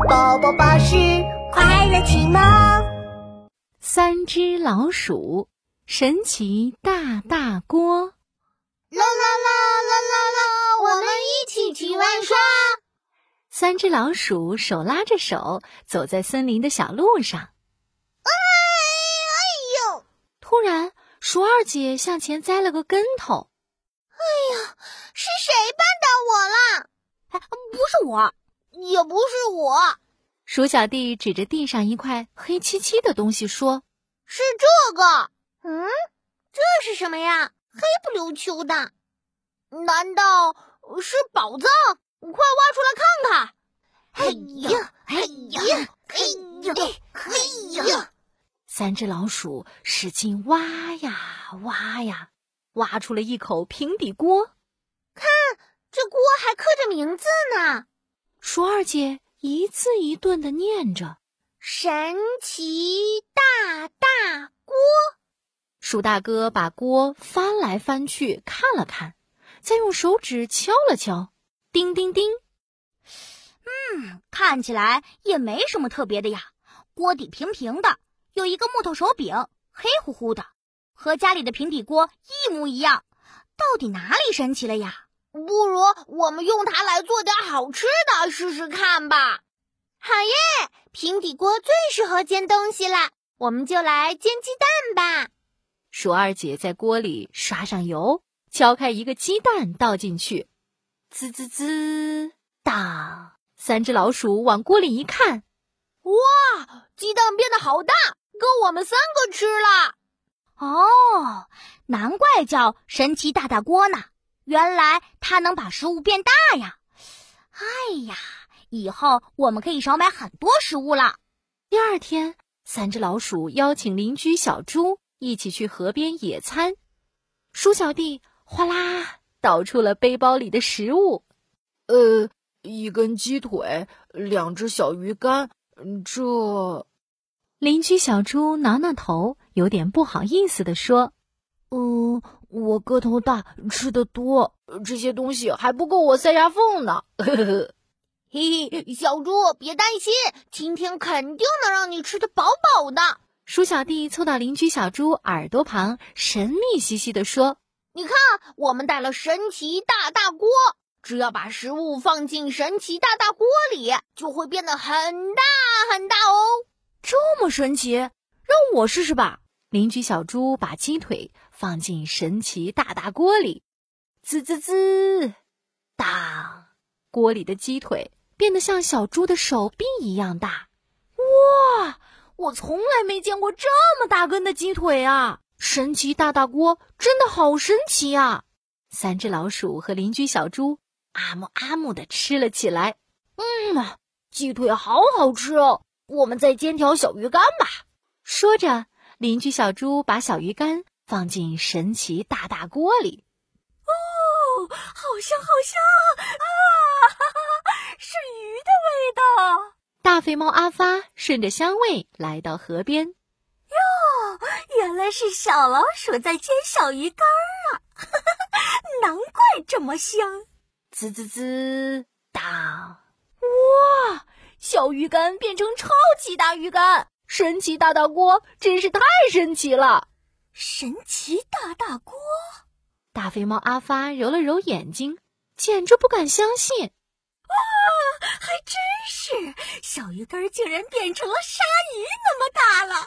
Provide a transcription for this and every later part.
宝宝巴士快乐启蒙。 三只老鼠，神奇大大锅。 啦啦啦啦啦啦，我们一起去玩耍。 三只老鼠手拉着手，走在森林的小路上。 哎呦！ 突然，鼠二姐向前栽了个跟头。 哎呀，是谁绊倒我了？ 不是我， 也不是我。 鼠小弟指着地上一块黑漆漆的东西说：“ 是这个。这是什么呀？黑不溜秋的，难道是宝藏？快挖出来看看！”哎呀，哎呀，哎呀，哎呀！ 三只老鼠使劲挖呀挖呀，挖出了一口平底锅。 看，这锅还刻着名字呢。 鼠二姐一字一顿地念着：“ 神奇大大锅。” 鼠大哥把锅翻来翻去看了看，再用手指敲了敲，叮叮叮。 看起来也没什么特别的呀。锅底平平的，有一个木头手柄，黑乎乎的，和家里的平底锅一模一样。到底哪里神奇了呀？ 不如我们用它来做点好吃的试试看吧。好耶，平底锅最适合煎东西了，我们就来煎鸡蛋吧。 鼠二姐在锅里刷上油，敲开一个鸡蛋倒进去，滋滋滋，当！三只老鼠往锅里一看， 哇，鸡蛋变得好大，够我们3个吃了。 哦，难怪叫神奇大大锅呢，原来它能把食物变大呀。哎呀，以后我们可以少买很多食物了。 第二天，三只老鼠邀请邻居小猪一起去河边野餐。鼠小弟哗啦倒出了背包里的食物。 一根鸡腿，2只小鱼干，这…… 邻居小猪挠挠头，有点不好意思地说：“ 我个头大，吃得多，这些东西还不够我塞牙缝呢。”呵呵。 嘿嘿，小猪别担心，今天肯定能让你吃得饱饱的。 鼠小弟凑到邻居小猪耳朵旁，神秘兮兮地说：“ 你看，我们带了神奇大大锅，只要把食物放进神奇大大锅里，就会变得很大很大哦。” 这么神奇，让我试试吧。 邻居小猪把鸡腿放进神奇大大锅里，滋滋滋，当！锅里的鸡腿变得像小猪的手臂一样大。 哇，我从来没见过这么大根的鸡腿啊！ 神奇大大锅真的好神奇啊！三只老鼠和邻居小猪阿木阿木地吃了起来。 鸡腿好好吃哦，我们再煎条小鱼干吧。 说着，邻居小猪把小鱼干放进神奇大大锅里。 好香是鱼的味道。 大肥猫阿发顺着香味来到河边。 哟，原来是小老鼠在煎小鱼干啊！难怪这么香。 滋滋滋，当！ 哇，小鱼干变成超级大鱼干！ 神奇大大锅真是太神奇了！ 神奇大大锅！ 大肥猫阿发揉了揉眼睛，简直不敢相信。 还真是，小鱼干竟然变成了鲨鱼那么大了！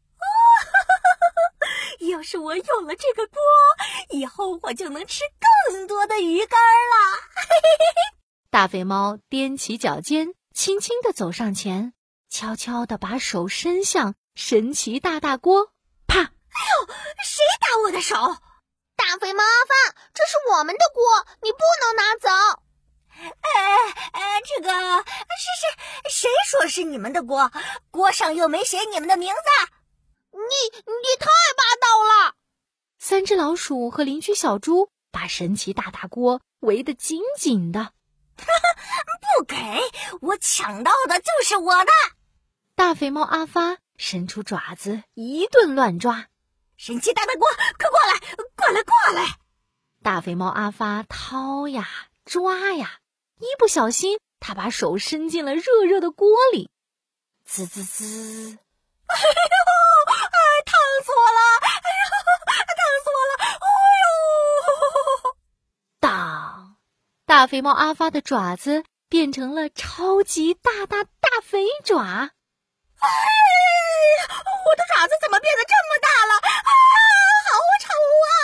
要是我有了这个锅，以后我就能吃更多的鱼干了。 大肥猫踮起脚尖，轻轻地走上前，悄悄地把手伸向神奇大大锅。啪！ 哎呦，谁打我的手？ 大肥猫阿发，这是我们的锅，你不能拿走。 这个谁说是你们的锅？锅上又没写你们的名字。 你太霸道了！ 三只老鼠和邻居小猪把神奇大大锅围得紧紧的。 不给，我抢到的就是我的。 大肥猫阿发伸出爪子一顿乱抓。 神奇大大锅，快过来，过来！ 大肥猫阿发掏呀抓呀，一不小心他把手伸进了热热的锅里，滋滋滋！ 哎呦，烫死我了！哎呦，烫死我了！哎呦！ 当，大肥猫阿发的爪子变成了超级大肥爪。 哎，我的爪子怎么变得这么大了？啊，好丑啊！